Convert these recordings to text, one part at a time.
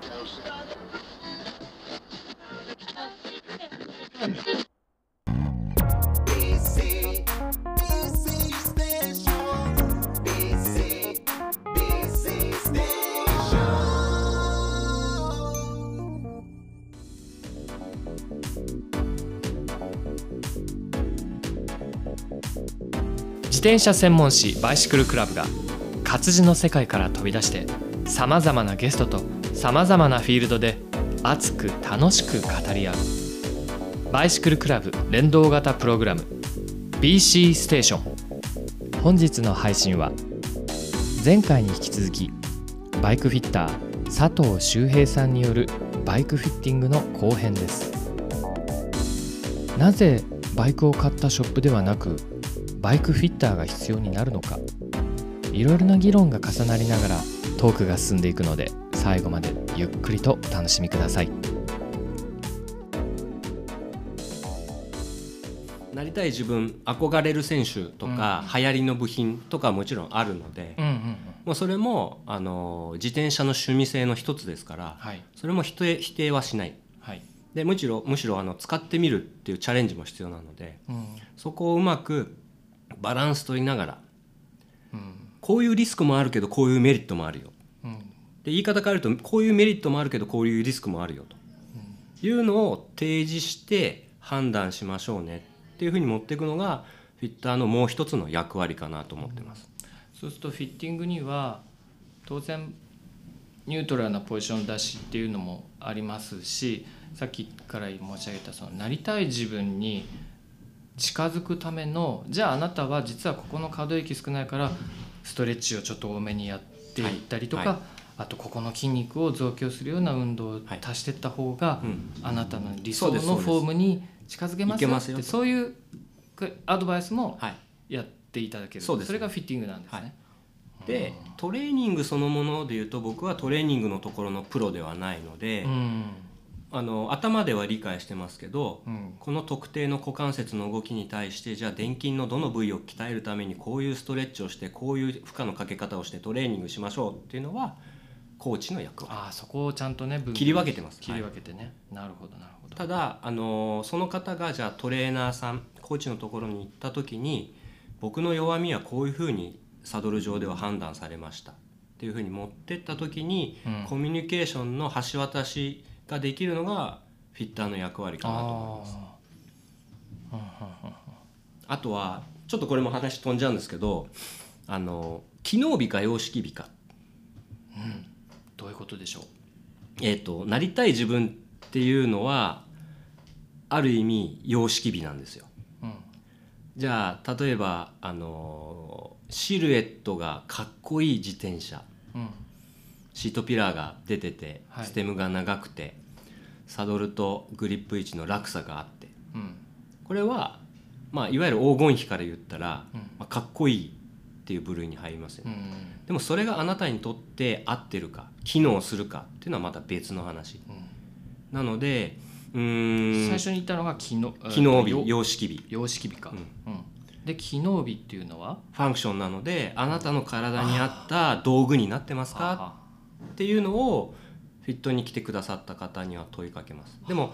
自転車専門誌バイシクルクラブが活字の世界から飛び出してさまざまなゲストとさまざまなフィールドで熱く楽しく語り合うバイシクルクラブ連動型プログラム BC ステーション。本日の配信は前回に引き続きバイクフィッター佐藤修平さんによるバイクフィッティングの後編です。なぜバイクを買ったショップではなくバイクフィッターが必要になるのか、いろいろな議論が重なりながらトークが進んでいくので、最後までゆっくりとお楽しみください。 なりたい自分、憧れる選手とか、流行りの部品とかもちろんあるので、もうそれも自転車の趣味性の一つですから、はい、それも否定はしない、はい、でむしろ使ってみるっていうチャレンジも必要なので、そこをうまくバランス取りながら、こういうリスクもあるけどこういうメリットもあるよ、で言い方変えるとこういうメリットもあるけどこういうリスクもあるよというのを提示して判断しましょうねっていうふうに持っていくのがフィッターのもう一つの役割かなと思ってます。 そうするとフィッティングには当然ニュートラルなポジション出しっていうのもありますし、さっきから申し上げたそのなりたい自分に近づくための、じゃああなたは実はここの可動域少ないからストレッチをちょっと多めにやっていったりとか、あとここの筋肉を増強するような運動を足していった方が、あなたの理想のフォームに近づけますよって、そういうアドバイスもやっていただける、それがフィッティングなんですね。 でトレーニングそのものでいうと、僕はトレーニングのところのプロではないので、頭では理解してますけど、この特定の股関節の動きに対して、じゃあ臀筋のどの部位を鍛えるためにこういうストレッチをして、こういう負荷のかけ方をしてトレーニングしましょうっていうのはコーチの役割。 そこをちゃんとね切り分けてます。 切り分けてね、なるほどなるほど。 ただその方がじゃあトレーナーさん、コーチのところに行った時に、僕の弱みはこういうふうにサドル上では判断されましたっていうふうに持ってった時に、コミュニケーションの橋渡しができるのがフィッターの役割かなと思います。あとはちょっとこれも話飛んじゃうんですけど、機能美か様式美か、 どういうことでしょう。なりたい自分っていうのはある意味様式美なんですよ。じゃあ例えばシルエットがかっこいい自転車、シートピラーが出てて、ステムが長くて、サドルとグリップ位置の落差があって、これは、いわゆる黄金比から言ったら、かっこいいっていう部類に入りますよね。でもそれがあなたにとって合ってるか機能するかっていうのはまた別の話、なので最初に言ったのが機能美、様式美か、で機能美っていうのはファンクションなので、あなたの体に合った道具になってますかっていうのをフィットに来てくださった方には問いかけます。でも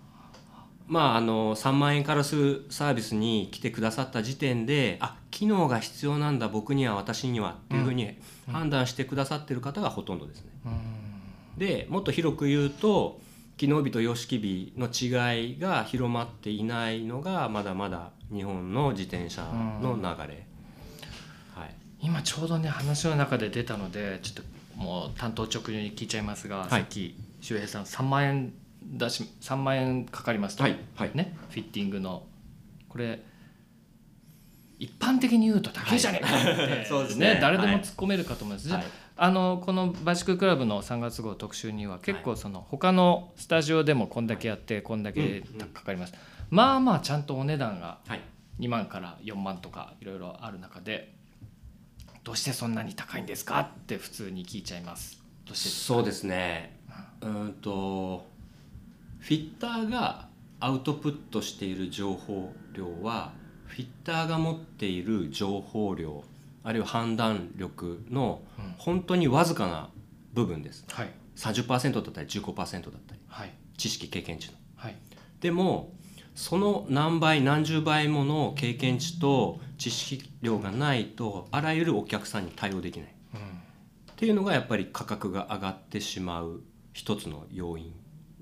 3万円からするサービスに来てくださった時点で、機能が必要なんだ僕には私にはっていうふうに判断してくださってる方がほとんどですね。でもっと広く言うと、機能美と様式美の違いが広まっていないのがまだまだ日本の自転車の流れ、 今ちょうどね話の中で出たので、ちょっともう担当直入に聞いちゃいますが、さっき周平さん3万円かかりますと、ね、フィッティングのこれ一般的に言うと高いじゃねえかってそうですね、誰でも突っ込めるかと思います。このバイシクルクラブの3月号特集には結構他のスタジオでもこんだけやってこんだけかかります、ちゃんとお値段が2万から4万とかいろいろある中で、どうしてそんなに高いんですかって普通に聞いちゃいます。どうしてですか？ そうですね、フィッターがアウトプットしている情報量はフィッターが持っている情報量、あるいは判断力の本当にわずかな部分です、 30% だったり 15% だったり、 はい、 知識経験値の、 はい、 でもその何倍何十倍もの経験値と知識量がないとあらゆるお客さんに対応できない、っていうのがやっぱり価格が上がってしまう一つの要因、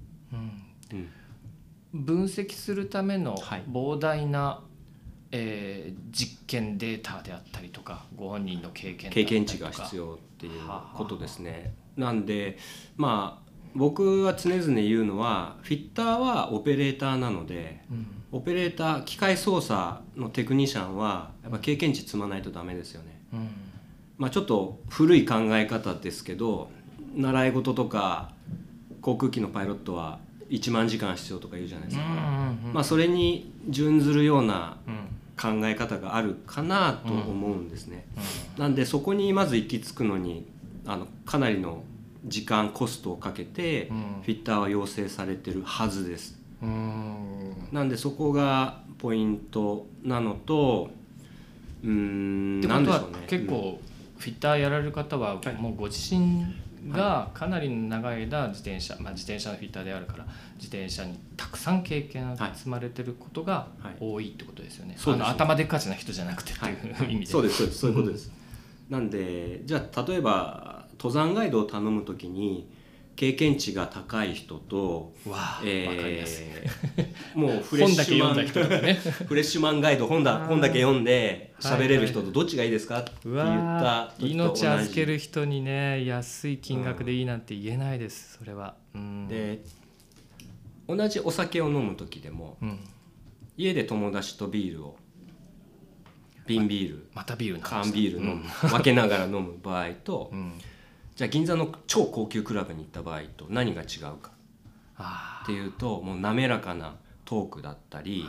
分析するための膨大な、実験データであったりとかご本人の経験値が必要っていうことですね。なんで僕は常々言うのはフィッターはオペレーターなので、オペレーター機械操作のテクニシャンはやっぱ経験値積まないとダメですよね、ちょっと古い考え方ですけど習い事とか航空機のパイロットは1万時間必要とか言うじゃないですか、それに準ずるような考え方があるかなと思うんですね、なんでそこにまず行き着くのにかなりの時間コストをかけてフィッターは養成されてるはずです、なんでそこがポイントなのとってことは結構フィッターやられる方はもうご自身がかなり長い間自転車のフィッターであるから自転車にたくさん経験が積まれてることが多いってことですよね、頭でっかちな人じゃなくてっていう意味で、 そうですそういうことです、なんでじゃあ例えば登山ガイドを頼むときに経験値が高い人とわかりやすいもうフレッシュマン本だけ読んだ人とかねフレッシュマンガイド本だけ読んで喋れる人とどっちがいいですかって言った時と同じ。 命預ける人にね安い金額でいいなんて言えないです、それは、 で同じお酒を飲む時でも、家で友達とビールを瓶ビール、 またビール缶ビール飲む、分けながら飲む場合と、じゃあ銀座の超高級クラブに行った場合と何が違うかっていうと、もう滑らかなトークだったり、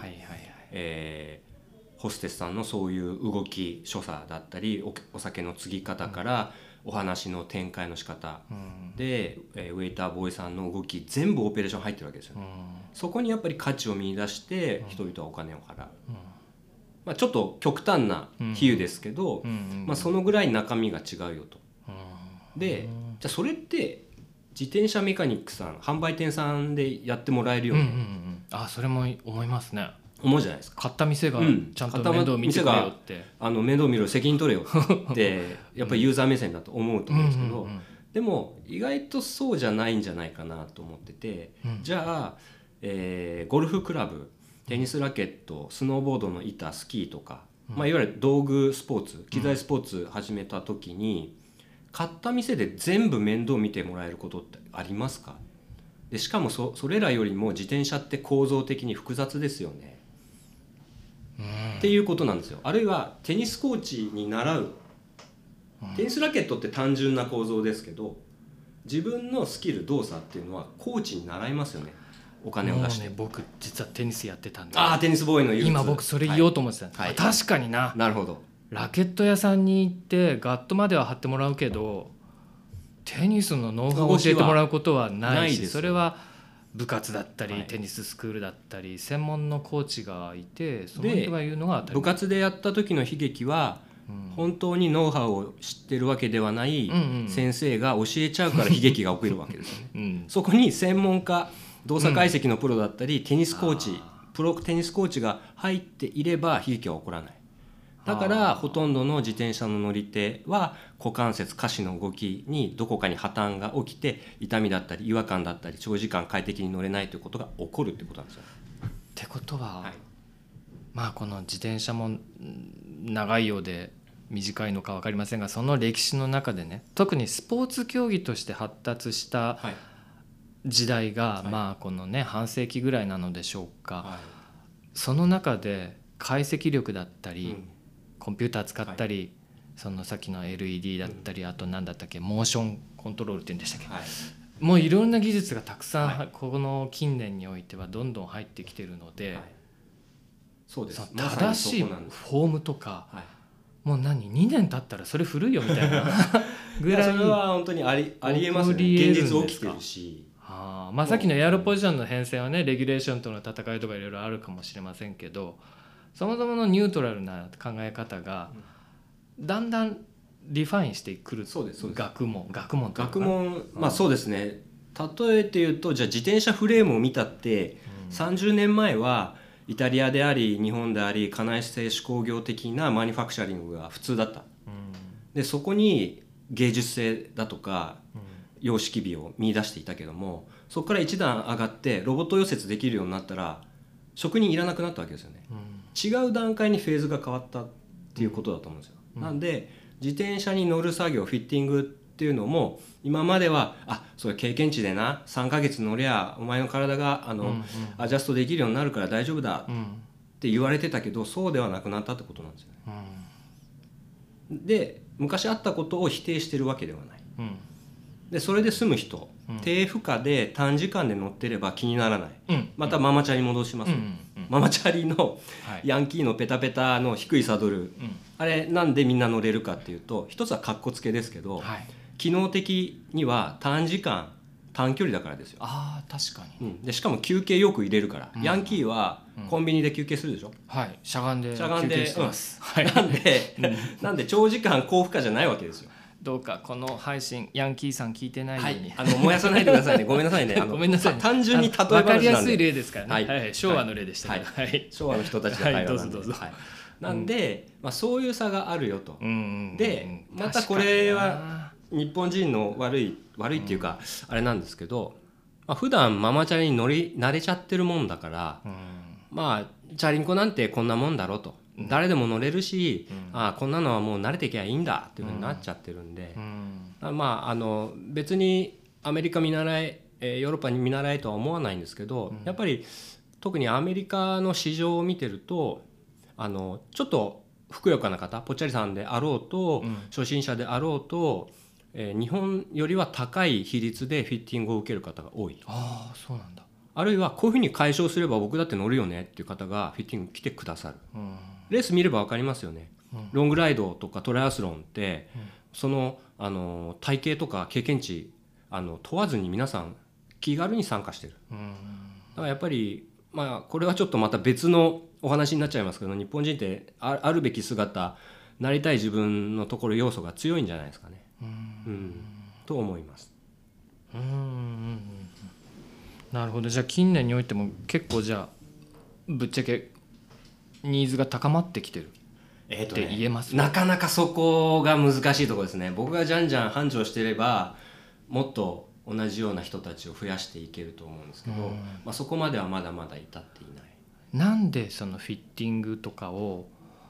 ホステスさんのそういう動き所作だったり お酒の継ぎ方からお話の展開の仕方、でウェイターボーイさんの動き全部オペレーション入ってるわけですよ、そこにやっぱり価値を見出して人々はお金を払う、ちょっと極端な比喩ですけど、そのぐらい中身が違うよと。でじゃあそれって自転車メカニックさん販売店さんでやってもらえるよね、 それも思いますね。 思うじゃないですか。 買った店がちゃんと面倒見てくれよって、 面倒見ろ責任取れよってやっぱりユーザー目線だと思うと思うんですけど、でも意外とそうじゃないんじゃないかなと思ってて、じゃあ、ゴルフクラブ、テニスラケット、スノーボードの板、スキーとか、いわゆる道具スポーツ、機材スポーツ始めた時に、買った店で全部面倒見てもらえることってありますか？でしかも それらよりも自転車って構造的に複雑ですよね、っていうことなんですよ。あるいはテニスコーチに習う、テニスラケットって単純な構造ですけど、自分のスキル動作っていうのはコーチに習いますよね、お金を出して。 僕実はテニスやってたんで、 テニスボーイの憂鬱、 今僕それ言おうと思ってた、確かになるほど。 ラケット屋さんに行ってガットまでは貼ってもらうけどテニスのノウハウを教えてもらうことはないし、それは部活だったり、テニススクールだったり専門のコーチがいて、その人が言うのが当たり前。 部活でやった時の悲劇は、本当にノウハウを知ってるわけではない先生が教えちゃうから悲劇が起きるわけですよね、そこに専門家、動作解析のプロだったり、テニスコーチ、プロテニスコーチが入っていれば悲劇は起こらない。だからほとんどの自転車の乗り手は股関節下肢の動きにどこかに破綻が起きて痛みだったり違和感だったり長時間快適に乗れないということが起こるってことなんですよ。 ってことは、この自転車も長いようで短いのか分かりませんが、その歴史の中でね、特にスポーツ競技として発達した時代が、このね半世紀ぐらいなのでしょうか、その中で解析力だったり、コンピューター使ったり、そのさっきの LED だったり、あと何だったっけ、モーションコントロールっていうんでしたっけ、もういろんな技術がたくさん、この近年においてはどんどん入ってきてるので、 そうです、 正しいフォームとか、もう2年経ったらそれ古いよみたいなぐらいそれは本当にありえますね。現実起きてるし、 さっきのエアロポジションの変遷はね、レギュレーションとの戦いとかいろいろあるかもしれませんけど、そもそものニュートラルな考え方がだんだんリファインしてくる。 そうです学問まあそうですね。例えて言うと、じゃあ自転車フレームを見たって、30年前はイタリアであり日本であり家内製手工業的なマニファクチャリングが普通だった。でそこに芸術性だとか様式美を見出していたけども、そこから一段上がってロボット溶接できるようになったら職人いらなくなったわけですよね。違う段階にフェーズが変わったっていうことだと思うんですよ。なんで自転車に乗る作業フィッティングっていうのも、今まではそれ経験値でな3ヶ月乗りゃお前の体がアジャストできるようになるから大丈夫だって言われてたけど、そうではなくなったってことなんですよね。で昔あったことを否定してるわけではない。でそれで済む人、低負荷で短時間で乗ってれば気にならない。またママチャリ戻します。ママチャリのヤンキーのペタペタの低いサドル、あれなんでみんな乗れるかっていうと、一つはカッコつけですけど、機能的には短時間短距離だからですよ。 確かに、 でしかも休憩よく入れるから、ヤンキーはコンビニで休憩するでしょ。 しゃがんで休憩してます。 なんで長時間高負荷じゃないわけですよ。 どうかこの配信ヤンキーさん聞いてないように、 燃やさないでくださいね。ごめんなさいね。 ごめんなさい、 単純に例え話なんで分かりやすい例ですからね。昭和の例でしたけど、 昭和の人たちの会話なんで、なんで、そういう差があるよと。でまたこれは日本人の悪いっていうかあれなんですけど、普段ママチャリに乗り慣れちゃってるもんだから、チャリンコなんてこんなもんだろと、誰でも乗れるし、こんなのはもう慣れてきゃいいんだっていうふうになっちゃってるんで、別にアメリカ見習い、ヨーロッパに見習いとは思わないんですけど、やっぱり特にアメリカの市場を見てると、ちょっとふくよかな方、ぽっちゃりさんであろうと、初心者であろうと、日本よりは高い比率でフィッティングを受ける方が多い。 そうなんだ。 あるいはこういうふうに解消すれば僕だって乗るよねっていう方がフィッティング来てくださる。レース見れば分かりますよね。ロングライドとかトライアスロンって、その、体型とか経験値問わずに皆さん気軽に参加してる。だからやっぱり、これはちょっとまた別のお話になっちゃいますけど、日本人ってあるべき姿、なりたい自分のところ要素が強いんじゃないですかね。と思います。 なるほど。じゃあ近年においても結構じゃあぶっちゃけニーズが高まってきてるって言えますか？ なかなかそこが難しいところですね。僕がじゃんじゃん繁盛してればもっと同じような人たちを増やしていけると思うんですけど、そこまではまだまだ至っていない。 なんでそのフィッティングとかを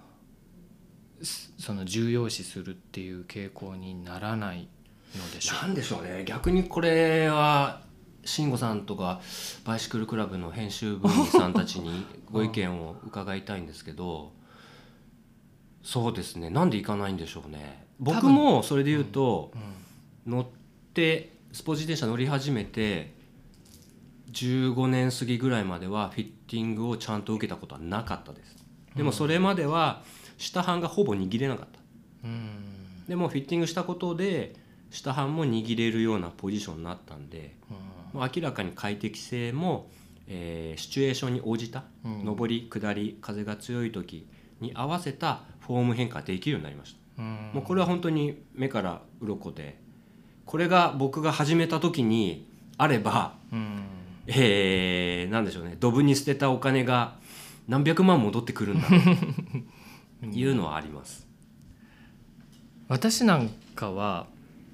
その重要視するっていう傾向にならないのでしょう？ なんでしょうね。逆にこれは慎吾さんとかバイシクルクラブの編集部員さんたちにご意見を伺いたいんですけど、そうですね、なんで行かないんでしょうね。僕もそれで言うと、乗ってスポーツ自転車乗り始めて15年過ぎぐらいまではフィッティングをちゃんと受けたことはなかったです。でもそれまでは下半がほぼ握れなかった。でもフィッティングしたことで下半も握れるようなポジションになったんで、明らかに快適性も、シチュエーションに応じた、上り下り風が強い時に合わせたフォーム変化できるようになりました。もうこれは本当に目から鱗で、これが僕が始めた時にあれば、なんでしょうね、ドブに捨てたお金が何百万戻ってくるんだろうというのはあります。 私なんかは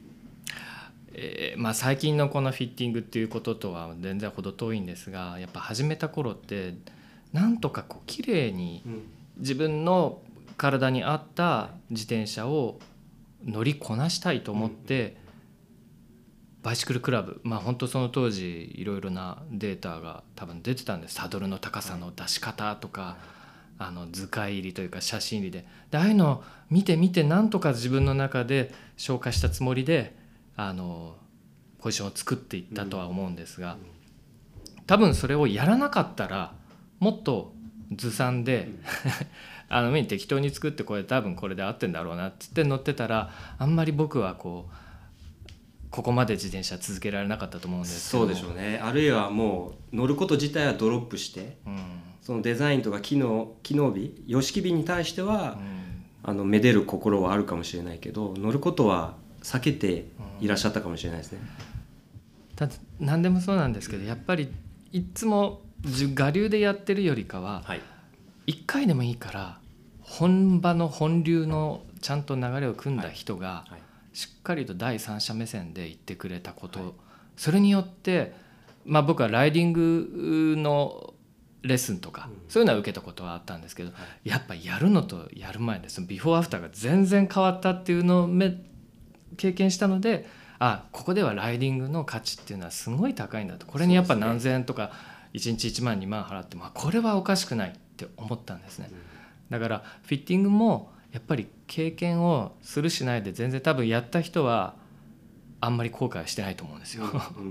最近のこのフィッティングっていうこととは全然程遠いんですが、やっぱ始めた頃ってなんとかこう綺麗に自分の体に合った自転車を乗りこなしたいと思って、バイシクルクラブ、本当その当時いろいろなデータが多分出てたんです。サドルの高さの出し方とか、図解入りというか写真入りで、ああいうのを見てなんとか自分の中で消化したつもりでポジションを作っていったとは思うんですが、多分それをやらなかったらもっとずさんで適当に作って、これ多分これで合ってんだろうなっつって乗ってたら、あんまり僕はここまで自転車続けられなかったと思うんですけど。 そうでしょうね。あるいはもう乗ること自体はドロップして、そのデザインとか機能美様式美に対してはめでる心はあるかもしれないけど、乗ることは避けていらっしゃったかもしれないですね。 ただ何でもそうなんですけど、やっぱりいつも我流でやってるよりかは、1回でもいいから本場の本流のちゃんと流れを組んだ人がしっかりと第三者目線で言ってくれたこと、それによって、僕はライディングのレッスンとかそういうのは受けたことはあったんですけど、やっぱやるのとやる前でそのビフォーアフターが全然変わったっていうのを経験したので、ここではライディングの価値っていうのはすごい高いんだと、これにやっぱ何千円とか1日1万2万払ってもこれはおかしくないって思ったんですね。だからフィッティングもやっぱり経験をするしないで全然多分やった人はあんまり後悔はしてないと思うんですよ。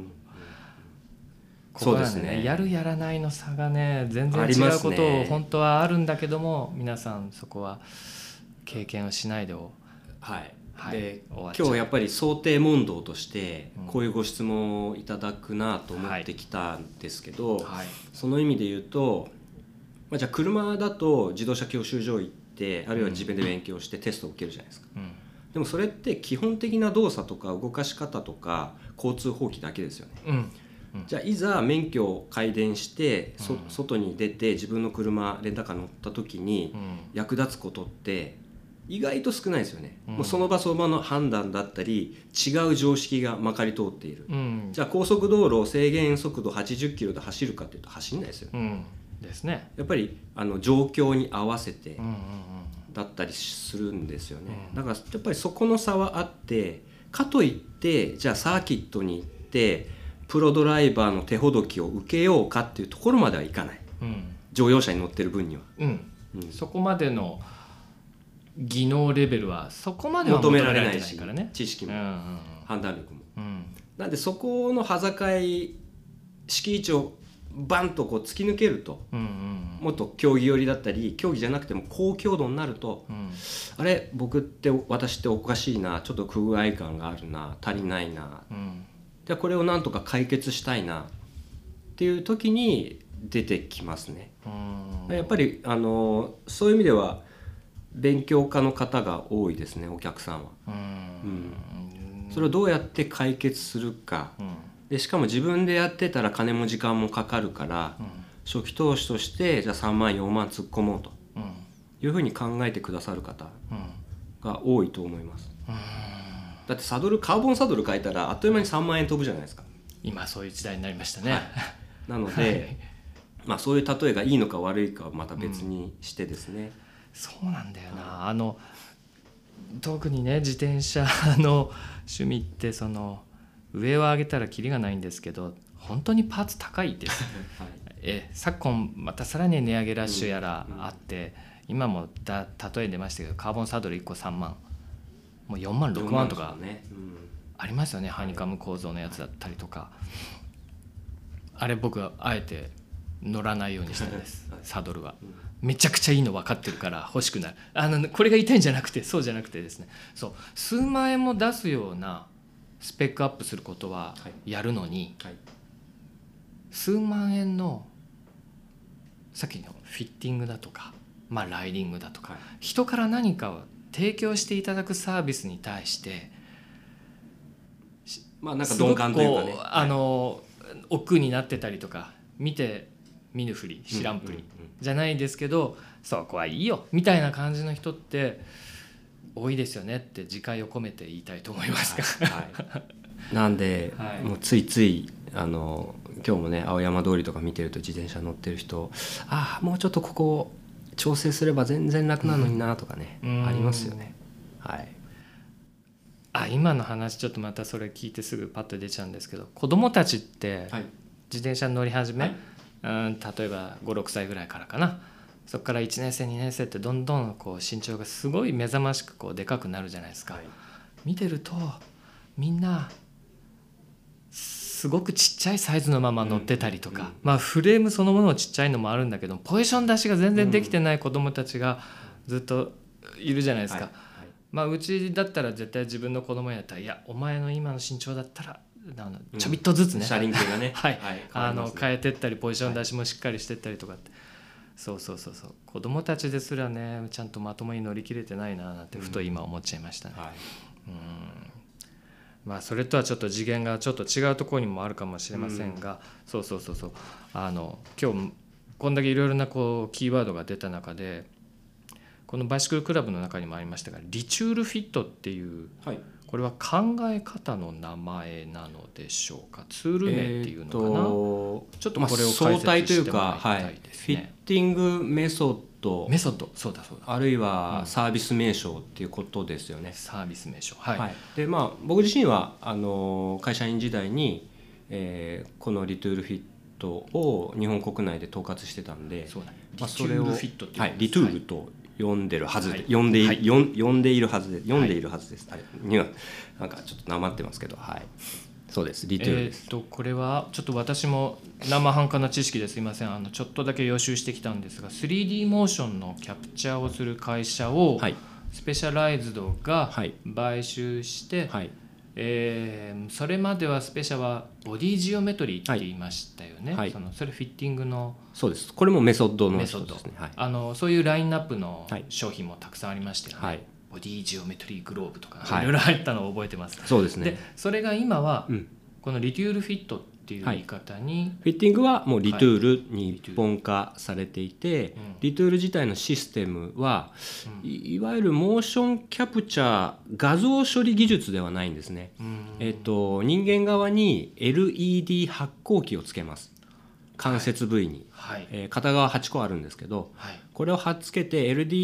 そうですね。 やるやらないの差がね全然違うことを本当はあるんだけども、皆さんそこは経験をしないでで今日やっぱり想定問答としてこういうご質問をいただくなと思ってきたんですけど、その意味で言うと、じゃあ車だと自動車教習所行ってあるいは自分で勉強してテストを受けるじゃないですか、でもそれって基本的な動作とか動かし方とか交通法規だけですよね、じゃあいざ免許を改伝して、外に出て自分の車レンタカー乗った時に役立つことって意外と少ないですよね、もうその場その場の判断だったり違う常識がまかり通っている、じゃあ高速道路制限速度80キロで走るかっていうと走んないですよ、 ですね。 やっぱり状況に合わせてだったりするんですよね、だからやっぱりそこの差はあって、かといってじゃあサーキットに行ってプロドライバーの手ほどきを受けようかっていうところまではいかない、乗用車に乗ってる分には、 そこまでの技能レベルはそこまでは求められないし、知識も判断力も、なんでそこの端境敷地をバンとこう突き抜けると、もっと競技寄りだったり競技じゃなくても高強度になると、あれ私っておかしいな、ちょっと不具合感があるな、足りないな、じゃあこれをなんとか解決したいなっていう時に出てきますね。やっぱりそういう意味では勉強家の方が多いですね、お客さんは。それをどうやって解決するか、でしかも自分でやってたら金も時間もかかるから、初期投資としてじゃあ3万4万突っ込もうというふうに考えてくださる方が多いと思います。だってカーボンサドル変えたらあっという間に3万円飛ぶじゃないですか。 今そういう時代になりましたね、 なので、そういう例えがいいのか悪いかはまた別にしてですね、 そうなんだよな、特にね自転車の趣味ってその上を上げたらキリがないんですけど、本当にパーツ高いです、昨今またさらに値上げラッシュやらあって、今も例え出ましたけどカーボンサドル1個3万、もう4万6万とかありますよね、ハニカム構造のやつだったりとか、あれ僕はあえて乗らないようにしたんですサドルは。めちゃくちゃいいの分かってるから欲しくなる。これが言いたいんじゃなくて、そうじゃなくてですね、そう数万円も出すようなスペックアップすることはやるのに、数万円のさっきのフィッティングだとか、ライディングだとか、人から何かを提供していただくサービスに対してなんか鈍感というかね、 億劫になってたりとか、見ぬふり知らんぷりじゃないですけど、そこはいいよみたいな感じの人って多いですよねって自戒を込めて言いたいと思いますが、 なんで、もうついつい今日もね青山通りとか見てると自転車乗ってる人、もうちょっとここ調整すれば全然楽なのになとかね、ありますよね。 今の話ちょっとまたそれ聞いてすぐパッと出ちゃうんですけど、子どもたちって自転車に乗り始め、例えば 5,6 歳ぐらいからかな、そこから1年生2年生ってどんどんこう身長がすごい目覚ましくこうでかくなるじゃないですか、見てるとみんなすごくちっちゃいサイズのまま乗ってたりとか、フレームそのものもちっちゃいのもあるんだけど、ポジション出しが全然できてない子どもたちがずっといるじゃないですか、うちだったら絶対自分の子供やったら、いやお前の今の身長だったらちょびっとずつね、 車輪系がね、 変えてったりポジション出しもしっかりしてったりとかって、 そう子供たちですらねちゃんとまともに乗り切れてないななんてふと今思っちゃいましたね、まあそれとはちょっと次元がちょっと違うところにもあるかもしれませんが、そう今日こんだけいろいろなこうキーワードが出た中でこのバイシクルクラブの中にもありましたがリチュールフィットっていう、これは考え方の名前なのでしょうか、ツール名っていうのかな、ちょっとこれを解説してもらいたいですね。 フィッティングメソッド、 そうだあるいはサービス名称っていうことですよね。 サービス名称、 で僕自身は会社員時代に、このリトゥールフィットを日本国内で統括してたんで、それをリトゥールと読んでるはずで、読んでいるはずです。あれなんかちょっとなまってますけど、そうです、リトゥールです。 これはちょっと私も生半可な知識ですいません。ちょっとだけ予習してきたんですが、 3D モーションのキャプチャーをする会社をスペシャライズドが買収して、それまではスペシャはボディジオメトリーって言いましたよね、それフィッティングの、 そうです、これもメソッドの一つですね。 そういうラインナップの商品もたくさんありましたよね、ボディジオメトリーグローブとかいろいろ入ったのを覚えてます。 そうですね。 でそれが今は、このリトゥールフィットっていう言い方に、 フィッティングはもうリトゥールに一本化されていて、リトゥール自体のシステムは、いわゆるモーションキャプチャー画像処理技術ではないんですね。人間側に LED 発光器をつけます、関節部位に、片側8個あるんですけど、これを貼っつけて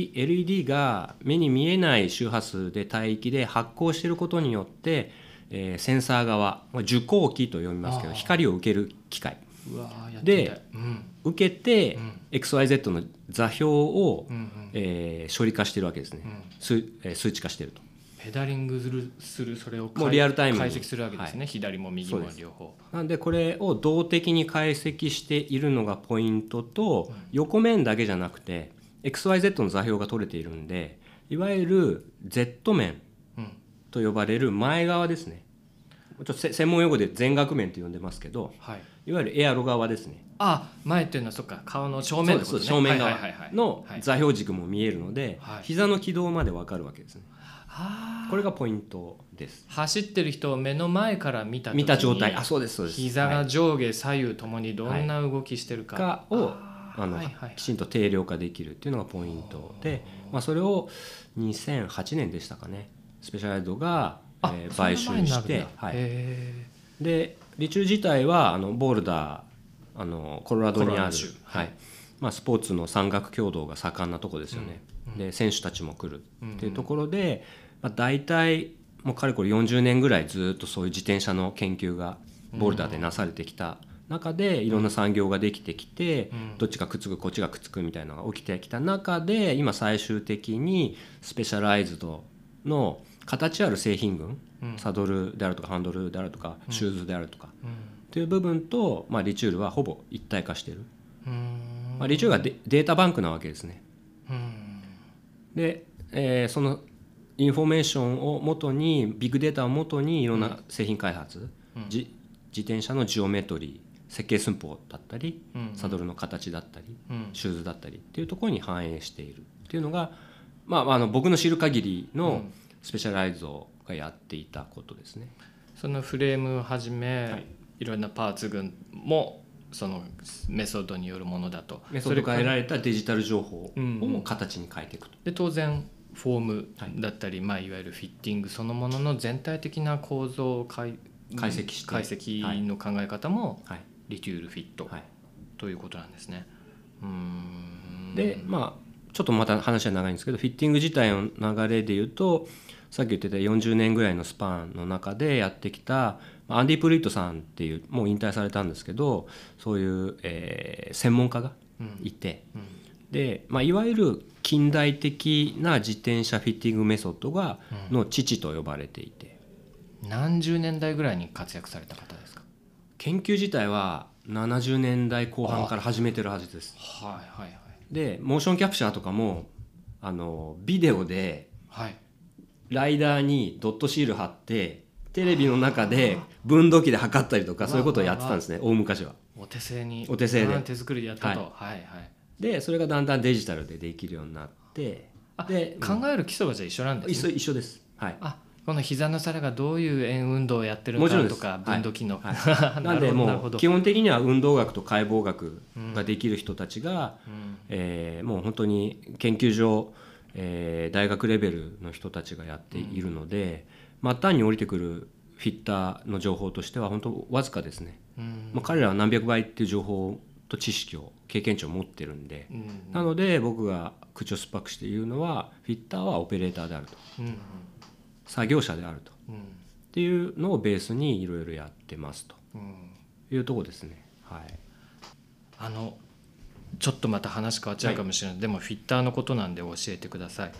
LED が目に見えない周波数で帯域で発光していることによってセンサー側、受光器と読みますけど、光を受ける機械で、受けて XYZ の座標を処理化しているわけですね、数値化していると。 ペダリングするそれをもうリアルタイムに解析するわけですね、左も右も両方。 なんでこれを動的に解析しているのがポイントと、横面だけじゃなくて XYZ の座標が取れているんで、いわゆる Z 面と呼ばれる前側ですね、ちょっと専門用語で全額面と呼んでますけど、いわゆるエアロ側ですね。 前っていうのはそっか、顔の正面ってことね。 正面側の座標軸も見えるので、膝の軌道まで分かるわけですね。これがポイントです。 走ってる人を目の前から見た時に、 見た状態、そうです膝が上下左右ともにどんな動きしてるかをきちんと定量化できるっていうのがポイントで、それを2008年でしたかね、スペシャライズドが買収して、でリチュール自体はボールダー、コロラドにある、スポーツの山岳強度が盛んなところですよね、で選手たちも来るっていうところで、大体もうかれこれ40年ぐらいずっとそういう自転車の研究がボルダーでなされてきた中で、いろんな産業ができてきて、どっちがくっつくこっちがくっつくみたいなのが起きてきた中で、今最終的にスペシャライズドの形ある製品群、サドルであるとかハンドルであるとかシューズであるとかという部分と、リチュールはほぼ一体化している。リチュールがデータバンクなわけですね。で、そのインフォメーションをもとに、ビッグデータをもとにいろんな製品開発、自転車のジオメトリー、設計寸法だったり、サドルの形だったり、シューズだったりっていうところに反映しているっていうのが、僕の知る限りのスペシャライズドがやっていたことですね。 そのフレームをはじめ、いろんなパーツ群もそのメソッドによるものだと。 メソッドから得られたデジタル情報を形に変えていくと。 で当然フォームだったり、いわゆるフィッティングそのものの全体的な構造を解析して、解析の考え方もリテュールフィットということなんですね。 でちょっとまた話は長いんですけど、フィッティング自体の流れでいうと、さっき言ってた40年ぐらいのスパンの中でやってきたアンディ・プリットさんっていう、もう引退されたんですけど、そういう、専門家がいて、でいわゆる近代的な自転車フィッティングメソッドがの父と呼ばれていて、 何十年代ぐらいに活躍された方ですか？ 研究自体は70年代後半から始めてるはずです。でモーションキャプチャーとかもビデオでライダーにドットシール貼ってテレビの中で分度器で測ったりとか、そういうことをやってたんですね、大昔は。 お手製で手作りでやったと。 でそれがだんだんデジタルでできるようになって、 で考える基礎はじゃあ一緒なんですね。 一緒です、はい。 この膝の皿がどういう円運動をやってるのかとか分度器の、 なんでもう基本的には運動学と解剖学ができる人たちが、もう本当に研究所、大学レベルの人たちがやっているので、末端に降りてくるフィッターの情報としては本当わずかですね。彼らは何百倍っていう情報と知識を経験値を持ってるんで、なので僕が口を酸っぱくして言うのはフィッターはオペレーターであると、作業者であると、っていうのをベースにいろいろやってますというところですね。はい、 ちょっとまた話変わっちゃうかもしれない、でもフィッターのことなんで教えてください。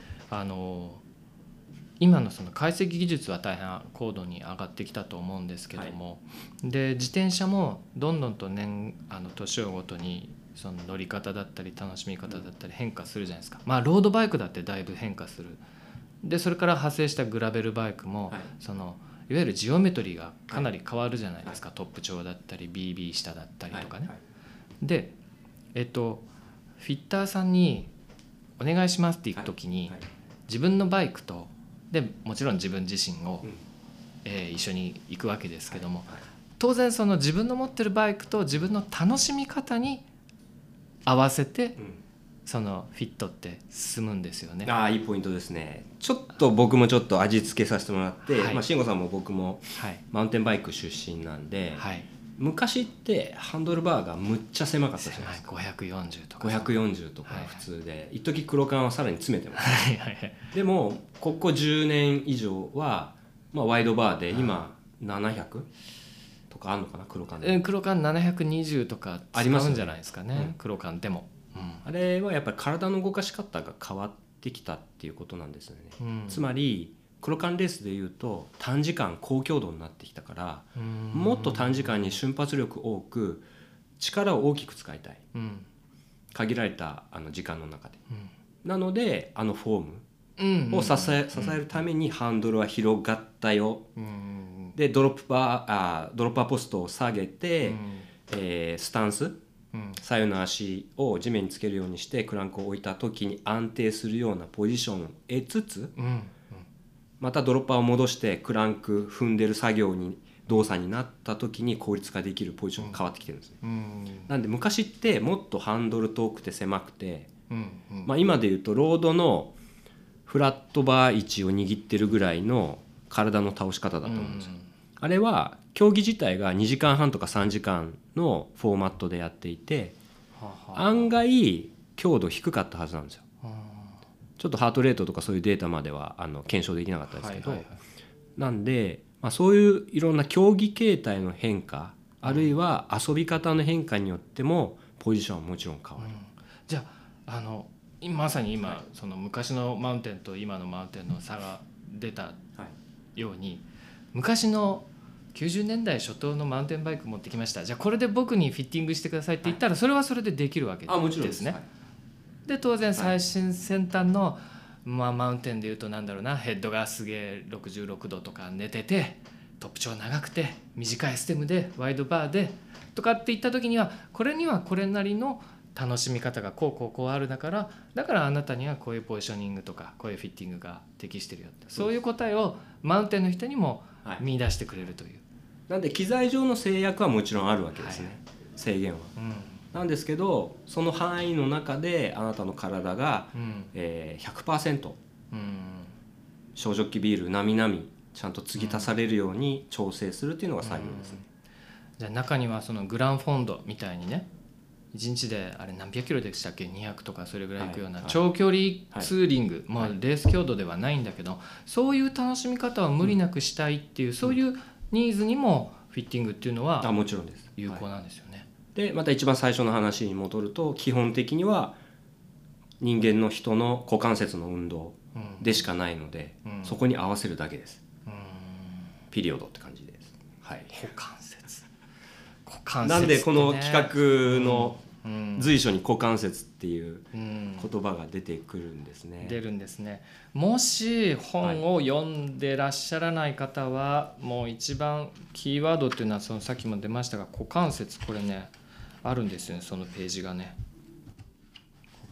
今のその解析技術は大変高度に上がってきたと思うんですけども、で自転車もどんどんと年をごとにその乗り方だったり楽しみ方だったり変化するじゃないですか。ロードバイクだってだいぶ変化する。でそれから派生したグラベルバイクも、いわゆるジオメトリーがかなり変わるじゃないですか、トップ長だったり BB 下だったりとかね、でフィッターさんにお願いしますって行く時に、自分のバイクとでもちろん自分自身を、一緒に行くわけですけども、当然その自分の持ってるバイクと自分の楽しみ方に合わせて、そのフィットって進むんですよね。 いいポイントですね。ちょっと僕もちょっと味付けさせてもらって、慎吾さんも僕もマウンテンバイク出身なんで、昔ってハンドルバーがむっちゃ狭かったじゃないですか。 540とか 540とか普通で、一時黒缶はさらに詰めてます、でもここ10年以上は、ワイドバーで今700とかあるのかな、黒缶で。 黒缶720とか使うんじゃないですかね、黒缶でも。 あれはやっぱり体の動かし方が変わってきたっていうことなんですよね、つまり黒缶レースでいうと短時間高強度になってきたから、もっと短時間に瞬発力多く力を大きく使いたい、限られた時間の中で、なのでフォームを支えるためにハンドルは広がったよ、でドロッパーポストを下げて、スタンス、左右の足を地面につけるようにしてクランクを置いた時に安定するようなポジションを得つつ、またドロッパーを戻してクランク踏んでる動作になった時に効率化できるポジションが変わってきてるんですね、なんで昔ってもっとハンドル遠くて狭くて、今でいうとロードのフラットバー位置を握ってるぐらいの体の倒し方だと思うんですよ、あれは競技自体が2時間半とか3時間のフォーマットでやっていて、案外強度低かったはずなんですよ。ちょっとハートレートとかそういうデータまでは検証できなかったですけど、なんで、そういういろんな競技形態の変化、あるいは遊び方の変化によってもポジションはもちろん変わる、 じゃあまさに今、その昔のマウンテンと今のマウンテンの差が出たように、昔の90年代初頭のマウンテンバイク持ってきました、じゃあこれで僕にフィッティングしてくださいって言ったら、それはそれでできるわけですね。で当然最新先端の、マウンテンでいうとなんだろうな、ヘッドがすげえ66度とか寝てて、トップ長長くて短いステムでワイドバーでとかっていった時には、これにはこれなりの楽しみ方がこうあるだからあなたにはこういうポジショニングとかこういうフィッティングが適してるよって、そういう答えをマウンテンの人にも見出してくれるという、 なんで機材上の制約はもちろんあるわけですね、制限は、なんですけど、その範囲の中であなたの体が、100%、小ジョッキビールなみなみちゃんと継ぎ足されるように調整するっていうのが作業ですね、 じゃあ中にはそのグランフォンドみたいにね、1日であれ何百キロでしたっけ、200とかそれぐらい行くような長距離ツーリング、レース強度ではないんだけど、そういう楽しみ方を無理なくしたいっていう、そういうニーズにもフィッティングっていうのはもちろんです有効なんですよね。 でまた一番最初の話に戻ると、基本的には人間の人の股関節の運動でしかないので、そこに合わせるだけです、ピリオドって感じです、股関節なんでこの企画の随所に股関節っていう言葉が出てくるんですね、 出るんですね。もし本を読んでらっしゃらない方は、もう一番キーワードっていうのはそのさっきも出ましたが、股関節、これねあるんですよね、そのページがね。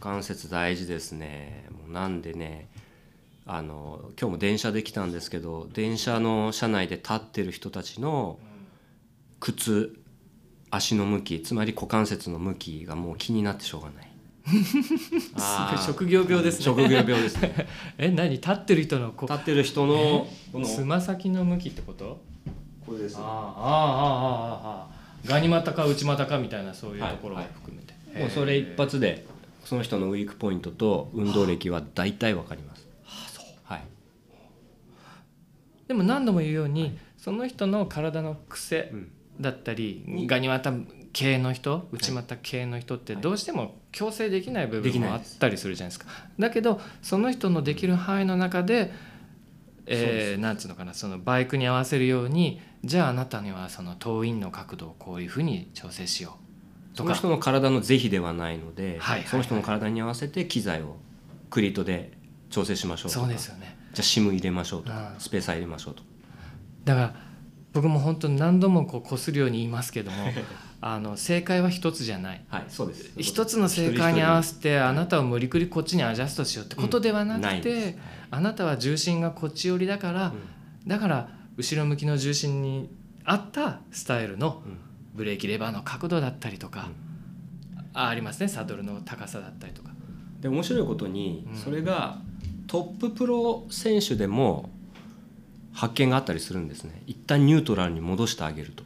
関節大事ですね。もうなんでね、今日も電車で来たんですけど、電車の車内で立ってる人たちの靴、足の向き、つまり股関節の向きがもう気になってしょうがない。 職業病ですね。 職業病ですね。 何、立ってる人の立ってる人のつま先の向きってこと？ これですね。 ガニ股か内股かみたいな、そういうところを含めて、 もうそれ一発でその人のウィークポイントと運動歴は大体わかります。 そう、 はい。 でも何度も言うように、その人の体の癖だったり、ガニ股系の人、内股系の人ってどうしても矯正できない部分もあったりするじゃないですか。だけどその人のできる範囲の中で、なんつうのかな、そのバイクに合わせるように、じゃああなたにはそのトーインの角度をこういうふうに調整しようとか、 その人の体の是非ではないので、その人の体に合わせて機材をクリートで調整しましょうとか、 そうですよね、 じゃあシム入れましょうとか、スペーサー入れましょうとか。 だから僕も本当に何度もこするように言いますけども正解は一つじゃない、 はい、そうです。 一つの正解に合わせてあなたを無理くりこっちにアジャストしようってことではなくて、あなたは重心がこっち寄りだから、だから後ろ向きの重心に合ったスタイルのブレーキレバーの角度だったりとか、ありますね、サドルの高さだったりとか。 で面白いことに、それがトッププロ選手でも発見があったりするんですね。一旦ニュートラルに戻してあげると。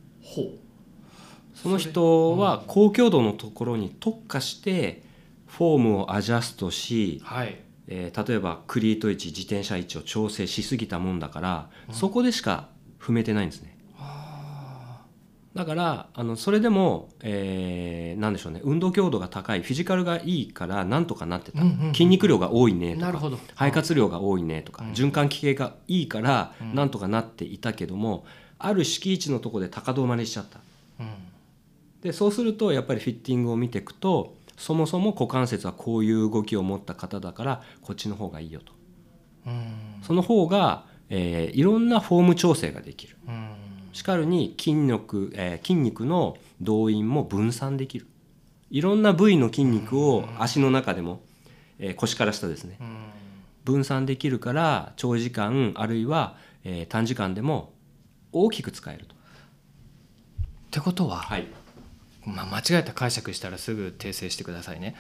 その人は高強度のところに特化してフォームをアジャストし、例えばクリート位置、自転車位置を調整しすぎたもんだから、そこでしか踏めてないんですね。だからそれでも、なんでしょうね、運動強度が高い、フィジカルがいいからなんとかなってた、筋肉量が多いねとか、肺活量が多いねとか、循環器系がいいからなんとかなっていたけども、ある敷地のところで高止まりしちゃった。でそうするとやっぱりフィッティングを見ていくと、そもそも股関節はこういう動きを持った方だからこっちの方がいいよと。その方が、いろんなフォーム調整ができる。しかるに筋肉の動員も分散できる。いろんな部位の筋肉を足の中でも、腰から下ですね、分散できるから、長時間あるいは、短時間でも大きく使えると。 ってことは、間違えた解釈したらすぐ訂正してくださいね。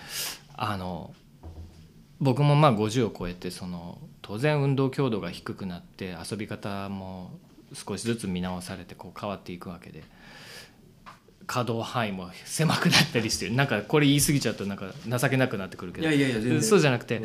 僕も50を超えて、当然運動強度が低くなって遊び方も少しずつ見直されて変わっていくわけで、可動範囲も狭くなったりして、なんかこれ言い過ぎちゃうとなんか情けなくなってくるけど、 全然そうじゃなくて、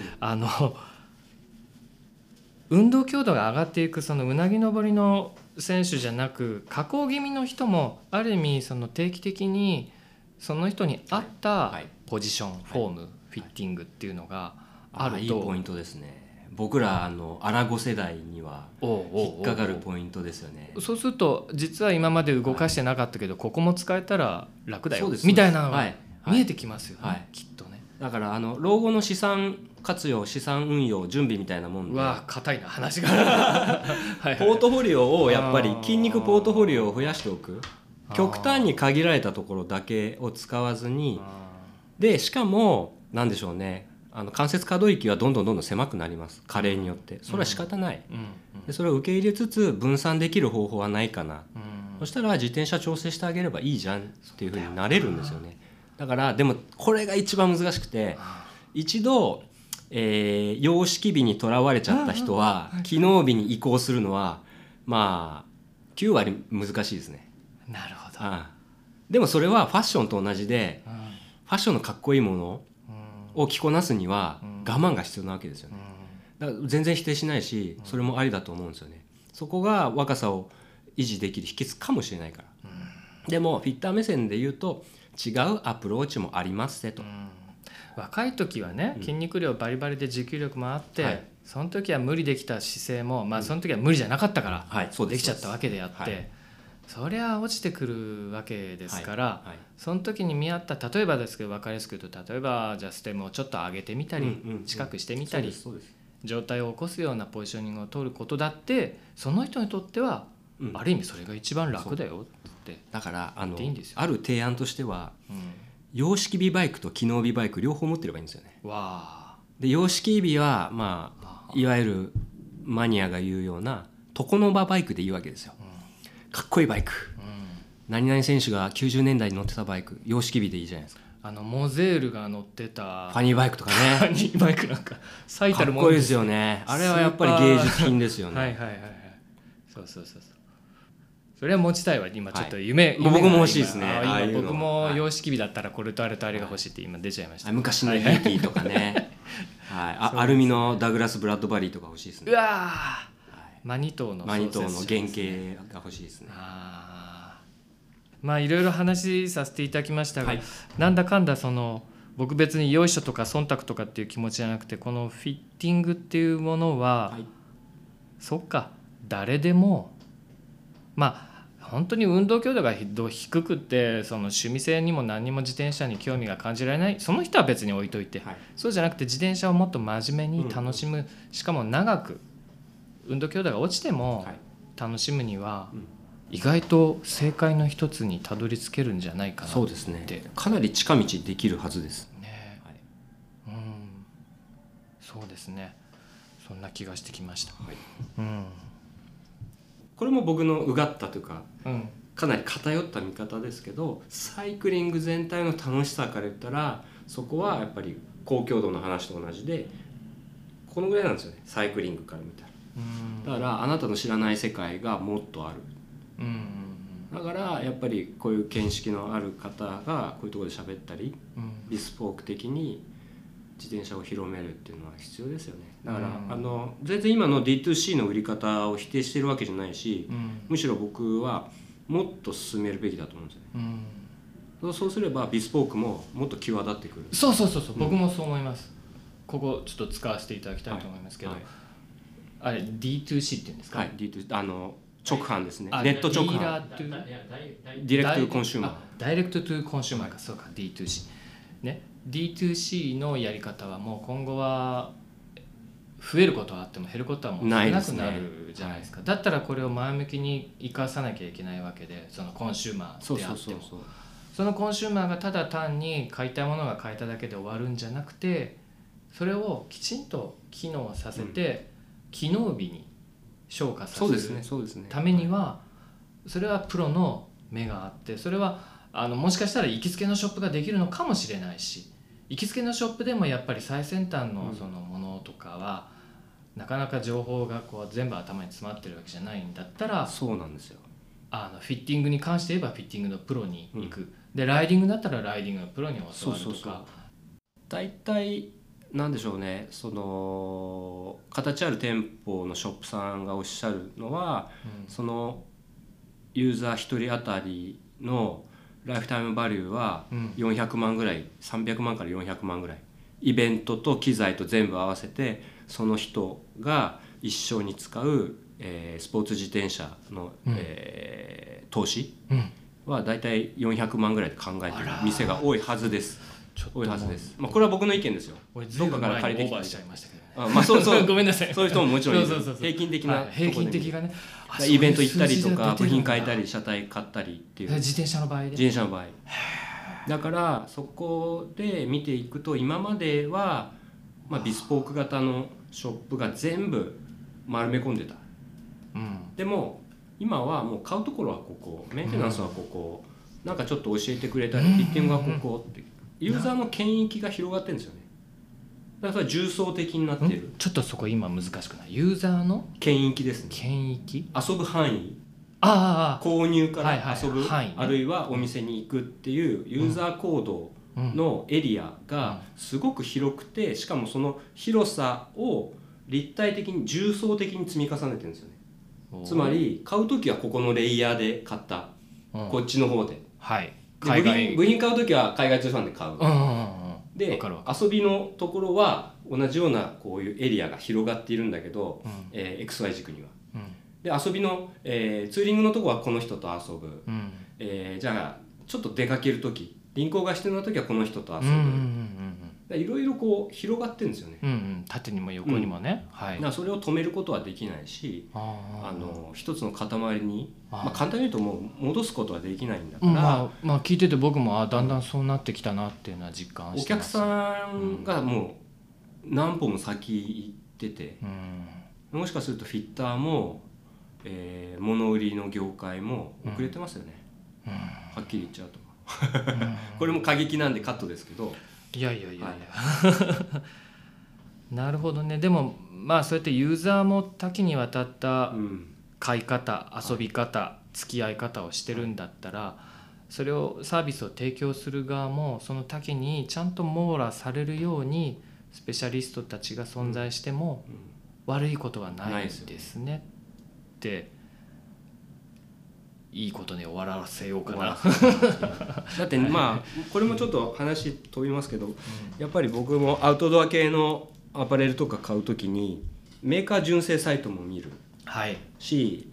運動強度が上がっていくそのうなぎ登りの選手じゃなく、下降気味の人もある意味定期的にその人に合ったポジション、フォーム、フィッティングっていうのがあると、 いいポイントですね。僕らアラゴ世代には引っかかるポイントですよね。 そうすると実は今まで動かしてなかったけど、ここも使えたら楽だよみたいなのが見えてきますよね、きっとね。 だから老後の資産活用、資産運用準備みたいなもんで、 硬いな話がポートフォリオをやっぱり筋肉ポートフォリオを増やしておく。極端に限られたところだけを使わずに、でしかも何でしょうね、関節可動域はどんどん狭くなります、加齢によって。それは仕方ない、でそれを受け入れつつ分散できる方法はないかな、そしたら自転車調整してあげればいいじゃんっていう風になれるんですよね。だからでもこれが一番難しくて、一度、様式美にとらわれちゃった人は機能美に移行するのは9割難しいですね。 なるほど。 でもそれはファッションと同じで、ファッションのかっこいいものを着こなすには我慢が必要なわけですよね。だから全然否定しないし、それもありだと思うんですよね。そこが若さを維持できる秘訣かもしれないから。でもフィッター目線で言うと違うアプローチもありますねと。 若い時はね、筋肉量バリバリで持久力もあって、その時は無理できた姿勢も、その時は無理じゃなかったからできちゃったわけであって、そりゃ落ちてくるわけですから、その時に見合った、例えばですけど分かりやすく言うと、例えばじゃあステムをちょっと上げてみたり、近くしてみたり、状態を起こすようなポジショニングを取ることだって、その人にとっては、ある意味それが一番楽だよって。 だからいいんですよ。 ある提案としては、 洋式美バイクと機能美バイク両方持ってればいいんですよね。 わで洋式美は、まあ、いわゆるマニアが言うような床の間バイクでいいわけですよ、かっこいいバイク、何々選手が90年代に乗ってたバイク、洋式美でいいじゃないですか。 モゼールが乗ってたファニーバイクとかね。 ファニーバイクなんか最たるものですよね。あれはやっぱり芸術品ですよね。 はいはいはいはい。そう。それは持ちたいわ。今ちょっと夢、 僕も欲しいですね。 僕も洋式美だったらこれとあれとあれが欲しいって今出ちゃいました。 昔の BT とかね。アルミのダグラス・ブラッドバリーとか欲しいですね。 うわマニトーの原型が欲しいですね。 まあいろいろ話させていただきましたが、なんだかんだ僕別によいしょとか忖度とかっていう気持ちじゃなくて、このフィッティングっていうものは、そっか誰でもまあ本当に運動強度が低くって趣味性にも何にも自転車に興味が感じられない、その人は別に置いといて、そうじゃなくて自転車をもっと真面目に楽しむ、しかも長く運動強度が落ちても楽しむには、意外と正解の一つにたどり着けるんじゃないかなって。 そうですね。かなり近道できるはずですね。そうですね。そんな気がしてきました。 これも僕のうがったというか、かなり偏った見方ですけど、サイクリング全体の楽しさから言ったら、そこはやっぱり高強度の話と同じで、このぐらいなんですよね。サイクリングから見たら。だからあなたの知らない世界がもっとある。だからやっぱりこういう見識のある方がこういうところで喋ったり、ビスポーク的に自転車を広めるっていうのは必要ですよね。だから全然今の D2C の売り方を否定してるわけじゃないし、むしろ僕はもっと進めるべきだと思うんですよね。そうすればビスポークももっと際立ってくる。 そう、僕もそう思います。ここちょっと使わせていただきたいと思いますけど、あれ D2C っていうんですか。 D2C 直販ですね。ネット直販。ディレクトゥーコンシューマー。 ダイレクトトゥーコンシューマーか、そうか D2C ね。D2C のやり方はもう今後は増えることはあっても減ることはもう少なくなるじゃないですか。だったらこれを前向きに生かさなきゃいけないわけで、そのコンシューマーであっても、そのコンシューマーがただ単に買いたいものが買えただけで終わるんじゃなくて、それをきちんと機能させて、機能美に昇華させるためには、それはプロの目があって、それはもしかしたら行きつけのショップができるのかもしれないし、行きつけのショップでもやっぱり最先端のそのものとかは、なかなか情報がこう全部頭に詰まってるわけじゃないんだったら、 そうなんですよ。 フィッティングに関して言えばフィッティングのプロに行く、でライディングだったらライディングのプロに教わるとか。 大体なんでしょうね、形ある店舗のショップさんがおっしゃるのは、そのユーザー1人当たりのライフタイムバリューは400万ぐらい、300万から400万ぐらい、イベントと機材と全部合わせてその人が一生に使う、スポーツ自転車の、投資はだいたい400万ぐらいで考えている店が多いはずです。多いはずです。これは僕の意見ですよ。 どっかから借りてきてオーバーしちゃいましたけどね。そうごめんなさい。 そういう人ももちろんいる。平均的な平均的がね。 イベント行ったりとか部品変えたり車体買ったりっていう。 自転車の場合で。 自転車の場合。だからそこで見ていくと、今まではビスポーク型のショップが全部丸め込んでた。でも今はもう買うところはここ、メンテナンスはここ、なんかちょっと教えてくれたり、フィッティングはここって。ユーザーの権益が広がってるんですよね。だからそれは重層的になってる。 ちょっとそこ今難しくない？ユーザーの権益ですね。 権益？ 遊ぶ範囲。 購入から遊ぶ、あるいはお店に行くっていうユーザー行動のエリアがすごく広くて、しかもその広さを立体的に重層的に積み重ねてるんですよね。つまり買うときはここのレイヤーで買った、こっちの方で。部品買うときは海外通販で買う。で遊びのところは同じようなこういうエリアが広がっているんだけど、XY 軸には。で遊びの、ツーリングのところはこの人と遊ぶ。じゃあちょっと出かけるとき、輪行が必要なときはこの人と遊ぶ。 いろいろこう広がってるんですよね、 縦にも横にもね、 それを止めることはできないし、一つの塊に、簡単に言うともう戻すことはできないんだから、 聞いてて僕もだんだんそうなってきたなっていうのは実感してます。 お客さんがもう何歩も先行ってて、もしかするとフィッターも、物売りの業界も遅れてますよね、はっきり言っちゃうとこれも過激なんでカットですけど、 いやなるほどね。でもそうやってユーザーも多岐にわたった買い方、遊び方、付き合い方をしてるんだったら、それをサービスを提供する側もその多岐にちゃんと網羅されるようにスペシャリストたちが存在しても悪いことはないですねっていいことに終わらせようかなだってこれもちょっと話飛びますけど、やっぱり僕もアウトドア系のアパレルとか買うときにメーカー純正サイトも見るし、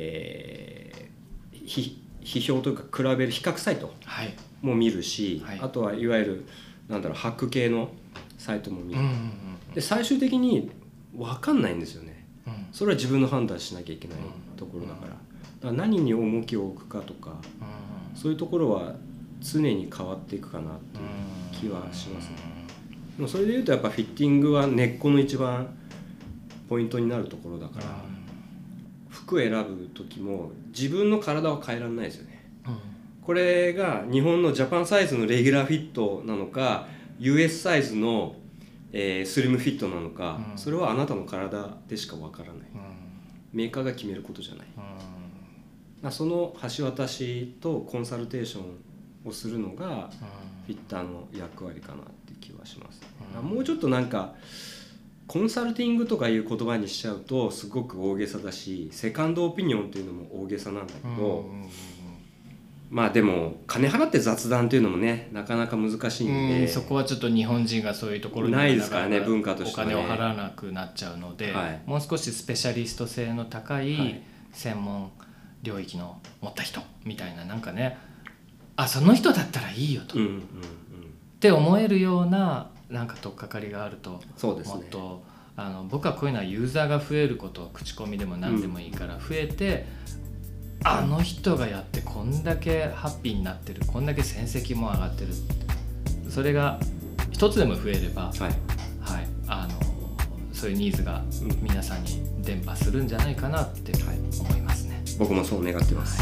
批評というか比べる比較サイトも見るし、あとはいわゆるハック系のサイトも見る、で最終的に分かんないんですよね、それは自分の判断しなきゃいけないところだから、何に重きを置くかとか、そういうところは常に変わっていくかなっていう気はしますね。でもそれでいうとやっぱフィッティングは根っこの一番ポイントになるところだから、服選ぶ時も自分の体は変えられないですよね、これが日本のジャパンサイズのレギュラーフィットなのか US サイズの、スリムフィットなのか、それはあなたの体でしかわからない、メーカーが決めることじゃない、その橋渡しとコンサルテーションをするのがフィッターの役割かなって気はします、もうちょっとコンサルティングとかいう言葉にしちゃうとすごく大げさだし、セカンドオピニオンっていうのも大げさなんだけど、でも金払って雑談っていうのもねなかなか難しいんで、 そこはちょっと日本人がそういうところにないですからね、文化としてはねお金を払わなくなっちゃうので、もう少しスペシャリスト性の高い専門領域の持った人みたいなその人だったらいいよと、って思えるような取っかかりがあると、 そうですね、 もっと僕はこういうのはユーザーが増えること、口コミでも何でもいいから増えて、あの人がやってこんだけハッピーになってる、こんだけ戦績も上がってる、それが一つでも増えれば、そういうニーズが皆さんに伝播するんじゃないかなって思いますね、 僕もそう願ってます、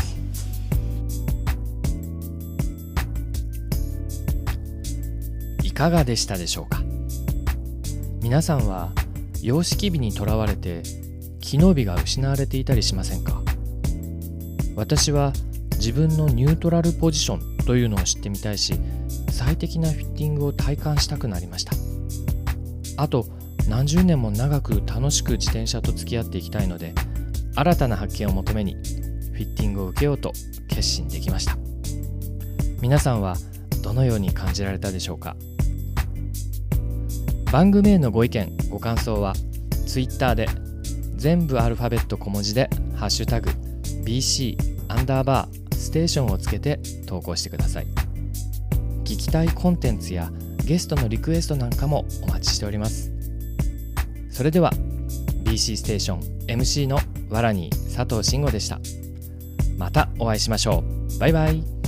いかがでしたでしょうか。皆さんは様式美にとらわれて機能美が失われていたりしませんか。私は自分のニュートラルポジションというのを知ってみたいし、最適なフィッティングを体感したくなりました。あと何十年も長く楽しく自転車と付き合っていきたいので、新たな発見を求めにフィッティングを受けようと決心できました。皆さんはどのように感じられたでしょうか。番組へのご意見ご感想は Twitter で全部アルファベット小文字でハッシュタグ BC_ステーションをつけて投稿してください。聞きたいコンテンツやゲストのリクエストなんかもお待ちしております。それでは BC ステーション MC のわらに佐藤慎吾でした。またお会いしましょう。バイバイ。